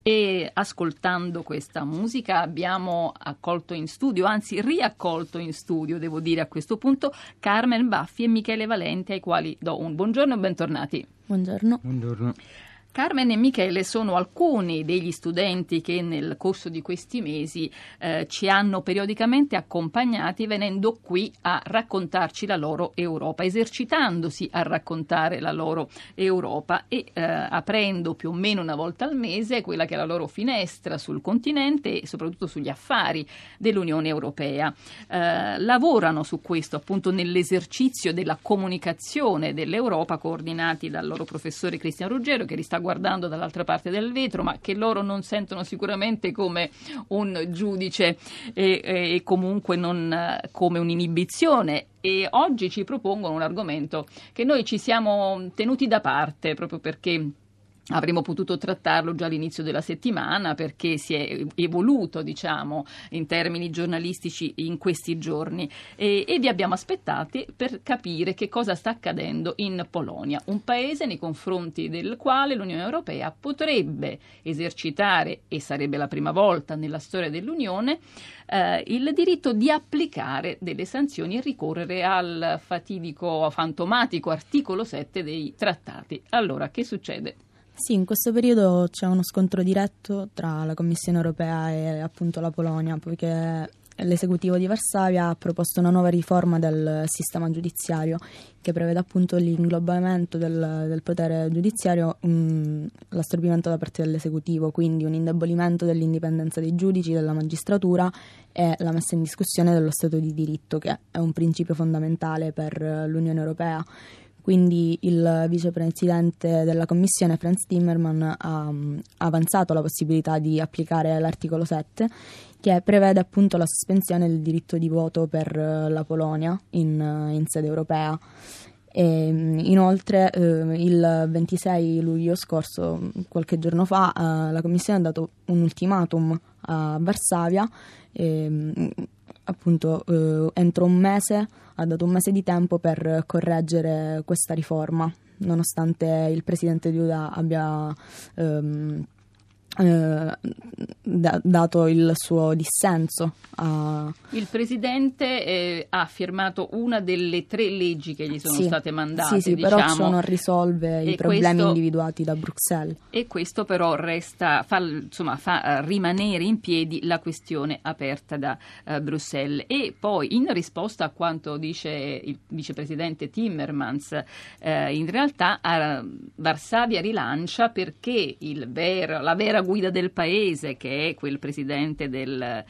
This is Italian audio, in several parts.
E ascoltando questa musica abbiamo accolto in studio, anzi riaccolto in studio, devo dire a questo punto, Carmen Baffi e Michele Valenti, ai quali do un buongiorno e bentornati. Buongiorno. Buongiorno. Carmen e Michele sono alcuni degli studenti che nel corso di questi mesi ci hanno periodicamente accompagnati venendo qui a raccontarci la loro Europa, esercitandosi a raccontare la loro Europa e aprendo più o meno una volta al mese quella che è la loro finestra sul continente e soprattutto sugli affari dell'Unione Europea. Lavorano su questo appunto nell'esercizio della comunicazione dell'Europa, coordinati dal loro professore Cristian Ruggero, che li sta guardando dall'altra parte del vetro, ma che loro non sentono sicuramente come un giudice e comunque non come un'inibizione. E oggi ci propongono un argomento che noi ci siamo tenuti da parte proprio perché avremmo potuto trattarlo già all'inizio della settimana, perché si è evoluto, diciamo, in termini giornalistici in questi giorni e vi abbiamo aspettati per capire che cosa sta accadendo in Polonia, un paese nei confronti del quale l'Unione Europea potrebbe esercitare, e sarebbe la prima volta nella storia dell'Unione, il diritto di applicare delle sanzioni e ricorrere al fatidico, fantomatico articolo 7 dei trattati. Allora, che succede? Sì, in questo periodo c'è uno scontro diretto tra la Commissione Europea e appunto la Polonia, poiché l'esecutivo di Varsavia ha proposto una nuova riforma del sistema giudiziario che prevede appunto l'inglobamento del potere giudiziario, l'assorbimento da parte dell'esecutivo, quindi un indebolimento dell'indipendenza dei giudici, della magistratura e la messa in discussione dello Stato di diritto, che è un principio fondamentale per l'Unione Europea. Quindi il vicepresidente della Commissione, Frans Timmermans, ha avanzato la possibilità di applicare l'articolo 7, che prevede appunto la sospensione del diritto di voto per la Polonia in sede europea. E inoltre il 26 luglio scorso, qualche giorno fa, la Commissione ha dato un ultimatum a Varsavia, appunto entro un mese, ha dato un mese di tempo per correggere questa riforma, nonostante il presidente Duda abbia dato il suo dissenso. Il presidente ha firmato una delle 3 leggi che gli sono state mandate. Sì, diciamo, però ciò non risolve i problemi individuati da Bruxelles. E questo però fa rimanere in piedi la questione aperta da Bruxelles. E poi, in risposta a quanto dice il vicepresidente Timmermans, in realtà Varsavia rilancia perché la vera guida del paese, che è quel presidente del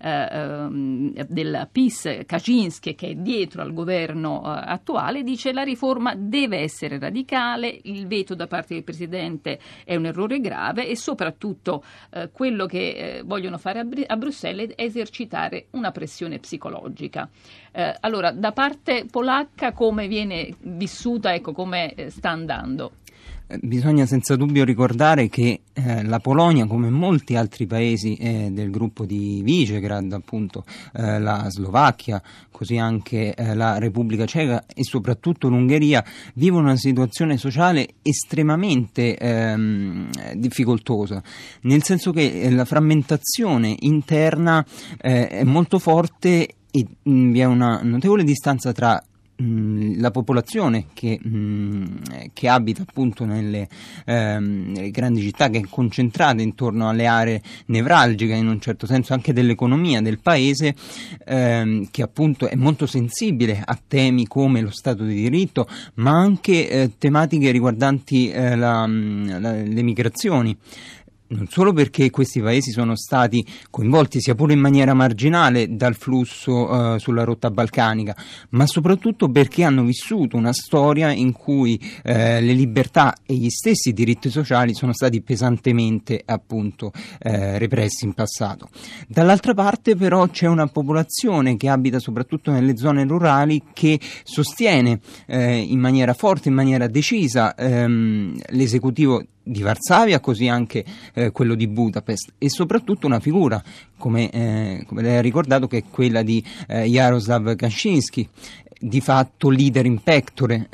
PiS, Kaczynski, che è dietro al governo attuale, dice la riforma deve essere radicale, il veto da parte del presidente è un errore grave e soprattutto quello che vogliono fare a Bruxelles è esercitare una pressione psicologica. Allora, da parte polacca come viene vissuta, ecco, come sta andando? Bisogna senza dubbio ricordare che la Polonia, come molti altri paesi del gruppo di Visegrad, appunto la Slovacchia, così anche la Repubblica Ceca e soprattutto l'Ungheria, vivono una situazione sociale estremamente difficoltosa, nel senso che la frammentazione interna è molto forte e vi è una notevole distanza tra la popolazione che abita appunto nelle grandi città, che è concentrata intorno alle aree nevralgiche in un certo senso anche dell'economia del paese, che appunto è molto sensibile a temi come lo Stato di diritto, ma anche tematiche riguardanti le migrazioni. Non solo perché questi paesi sono stati coinvolti, sia pure in maniera marginale, dal flusso sulla rotta balcanica, ma soprattutto perché hanno vissuto una storia in cui le libertà e gli stessi diritti sociali sono stati pesantemente appunto repressi in passato. Dall'altra parte però c'è una popolazione che abita soprattutto nelle zone rurali che sostiene in maniera forte, in maniera decisa l'esecutivo di Varsavia, così anche quello di Budapest, e soprattutto una figura come lei ha ricordato, che è quella di Jarosław Kaczyński, di fatto leader in pectore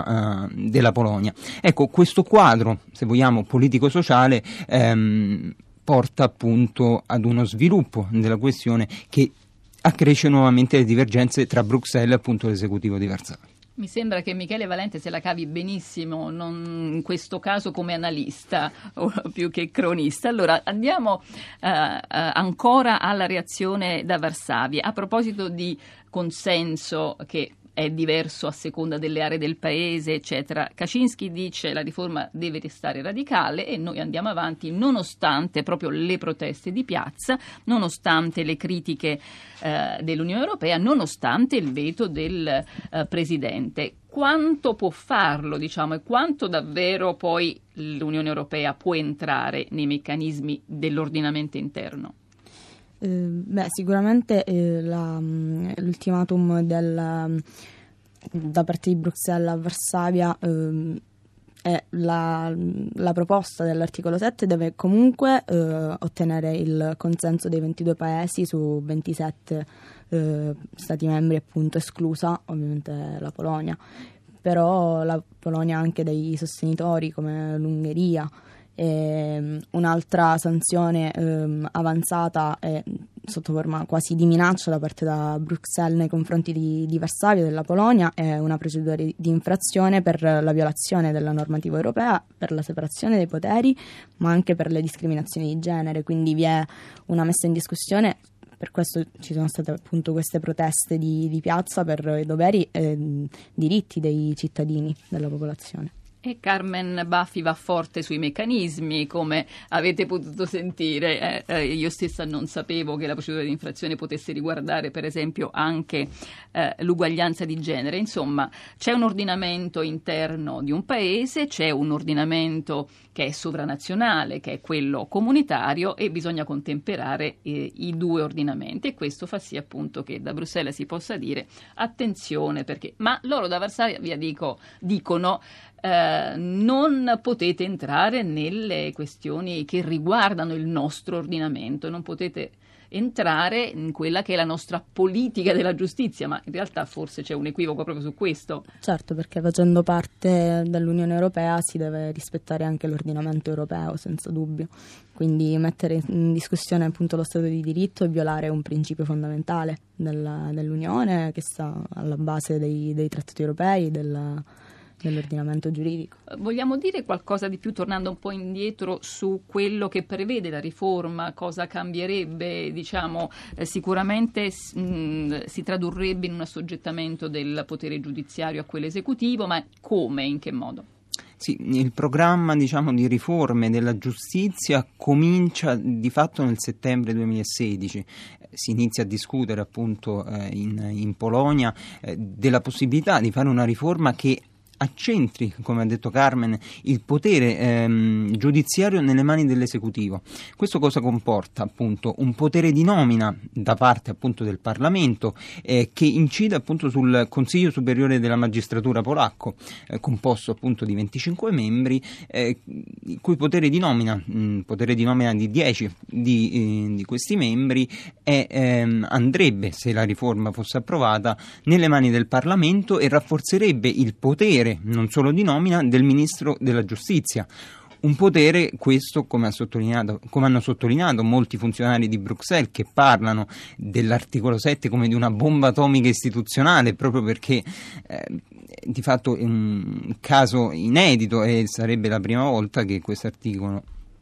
della Polonia. Ecco, questo quadro, se vogliamo, politico-sociale porta appunto ad uno sviluppo della questione che accresce nuovamente le divergenze tra Bruxelles e appunto l'esecutivo di Varsavia. Mi sembra che Michele Valente se la cavi benissimo, in questo caso come analista o più che cronista. Allora andiamo ancora alla reazione da Varsavia. A proposito di consenso che è diverso a seconda delle aree del paese, eccetera. Kaczynski dice la riforma deve restare radicale e noi andiamo avanti nonostante proprio le proteste di piazza, nonostante le critiche dell'Unione Europea, nonostante il veto del Presidente. Quanto può farlo, diciamo, e quanto davvero poi l'Unione Europea può entrare nei meccanismi dell'ordinamento interno? Sicuramente l'ultimatum da parte di Bruxelles a Varsavia è la proposta dell'articolo 7 deve comunque ottenere il consenso dei 22 paesi su 27 stati membri, appunto, esclusa ovviamente la Polonia. Però la Polonia ha anche dei sostenitori come l'Ungheria. Un'altra sanzione avanzata è sotto forma quasi di minaccia da parte da Bruxelles nei confronti di Varsavia e della Polonia, è una procedura di infrazione per la violazione della normativa europea, per la separazione dei poteri, ma anche per le discriminazioni di genere. Quindi vi è una messa in discussione. Per questo ci sono state appunto queste proteste di piazza per i doveri e diritti dei cittadini, della popolazione. E Carmen Baffi va forte sui meccanismi, come avete potuto sentire. Io stessa non sapevo che la procedura di infrazione potesse riguardare, per esempio, anche l'uguaglianza di genere. Insomma, c'è un ordinamento interno di un paese, c'è un ordinamento che è sovranazionale, che è quello comunitario, e bisogna contemperare i due ordinamenti. E questo fa sì, appunto, che da Bruxelles si possa dire attenzione, perché ma loro da Varsavia dicono non potete entrare nelle questioni che riguardano il nostro ordinamento, non potete entrare in quella che è la nostra politica della giustizia, ma in realtà forse c'è un equivoco proprio su questo. Certo, perché facendo parte dell'Unione Europea si deve rispettare anche l'ordinamento europeo, senza dubbio. Quindi mettere in discussione appunto lo Stato di diritto e violare un principio fondamentale dell'Unione che sta alla base dei trattati europei, dell'ordinamento giuridico. Vogliamo dire qualcosa di più, tornando un po' indietro, su quello che prevede la riforma, cosa cambierebbe? Diciamo, sicuramente si tradurrebbe in un assoggettamento del potere giudiziario a quello esecutivo, ma come, in che modo? Sì, il programma, diciamo, di riforme della giustizia comincia di fatto nel settembre 2016. Si inizia a discutere appunto in Polonia della possibilità di fare una riforma che accentri, come ha detto Carmen, il potere giudiziario nelle mani dell'esecutivo. Questo cosa comporta? Appunto un potere di nomina da parte appunto del Parlamento che incide appunto sul Consiglio Superiore della Magistratura polacco, composto appunto di 25 membri, il cui potere di nomina di 10 di questi membri andrebbe, se la riforma fosse approvata, nelle mani del Parlamento e rafforzerebbe il potere non solo di nomina del ministro della giustizia. Un potere, questo, come hanno sottolineato molti funzionari di Bruxelles, che parlano dell'articolo 7 come di una bomba atomica istituzionale, proprio perché di fatto è un caso inedito e sarebbe la prima volta che quest'articolo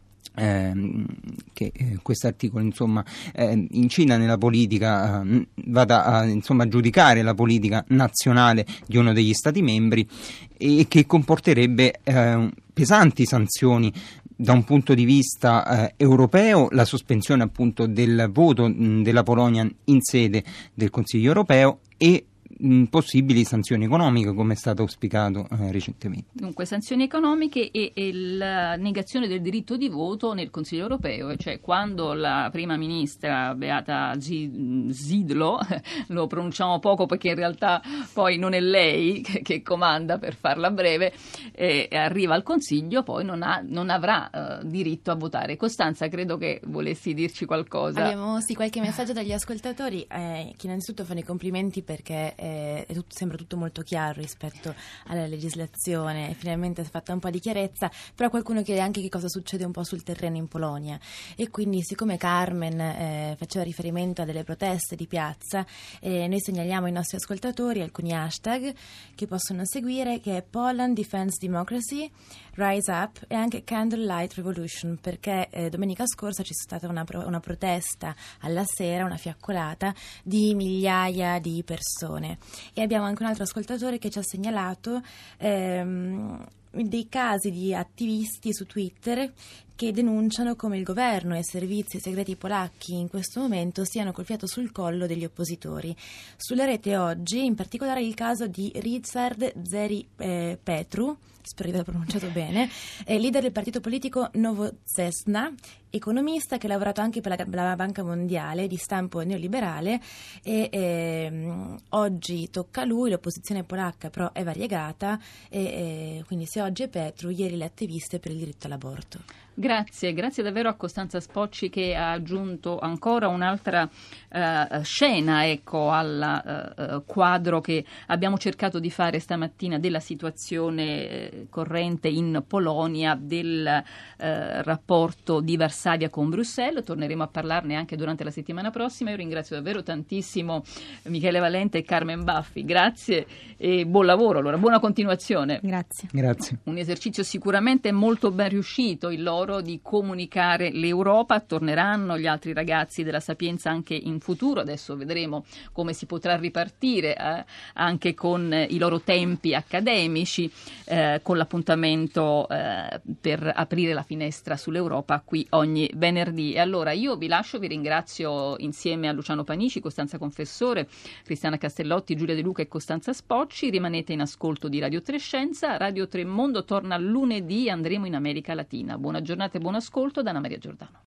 insomma incida nella politica, vada a giudicare la politica nazionale di uno degli stati membri, e che comporterebbe pesanti sanzioni da un punto di vista europeo, la sospensione appunto del voto della Polonia in sede del Consiglio europeo e possibili sanzioni economiche, come è stato auspicato recentemente. Dunque sanzioni economiche e la negazione del diritto di voto nel Consiglio europeo, cioè quando la prima ministra Beata Szydło, lo pronunciamo poco perché in realtà poi non è lei che comanda, per farla breve, arriva al Consiglio, poi non avrà diritto a votare. Costanza, credo che volessi dirci qualcosa. Abbiamo qualche messaggio dagli ascoltatori che innanzitutto fanno i complimenti perché sembra tutto molto chiaro rispetto alla legislazione, e finalmente si è fatta un po' di chiarezza, però qualcuno chiede anche che cosa succede un po' sul terreno in Polonia, e quindi siccome Carmen faceva riferimento a delle proteste di piazza, noi segnaliamo ai nostri ascoltatori alcuni hashtag che possono seguire, che è Poland Defends Democracy, Rise Up e anche Candlelight Revolution, perché domenica scorsa c'è stata una protesta alla sera, una fiaccolata di migliaia di persone, e abbiamo anche un altro ascoltatore che ci ha segnalato dei casi di attivisti su Twitter che denunciano come il governo e i servizi segreti polacchi in questo momento siano col fiato sul collo degli oppositori. Sulla rete oggi, in particolare, il caso di Ryszard Petru, spero di aver pronunciato bene, leader del partito politico Nowoczesna, economista che ha lavorato anche per la Banca Mondiale, di stampo neoliberale, e oggi tocca a lui. L'opposizione polacca però è variegata, e quindi se oggi è Petru, ieri le attiviste per il diritto all'aborto. Grazie davvero a Costanza Spocci, che ha aggiunto ancora un'altra scena, ecco, al quadro che abbiamo cercato di fare stamattina della situazione corrente in Polonia, del rapporto di Varsavia con Bruxelles. Torneremo a parlarne anche durante la settimana prossima. Io ringrazio davvero tantissimo Michele Valente e Carmen Baffi, grazie e buon lavoro, allora buona continuazione. Grazie. Un esercizio sicuramente molto ben riuscito il loro di comunicare l'Europa. Torneranno gli altri ragazzi della Sapienza anche in futuro, adesso vedremo come si potrà ripartire anche con i loro tempi accademici, con l'appuntamento per aprire la finestra sull'Europa qui ogni venerdì. E allora io vi lascio, vi ringrazio insieme a Luciano Panici, Costanza Confessore, Cristiana Castellotti, Giulia De Luca e Costanza Spocci. Rimanete in ascolto di Radio 3 Scienza. Radio 3 Mondo torna lunedì, andremo in America Latina. Buona giornata e buon ascolto da Anna Maria Giordano.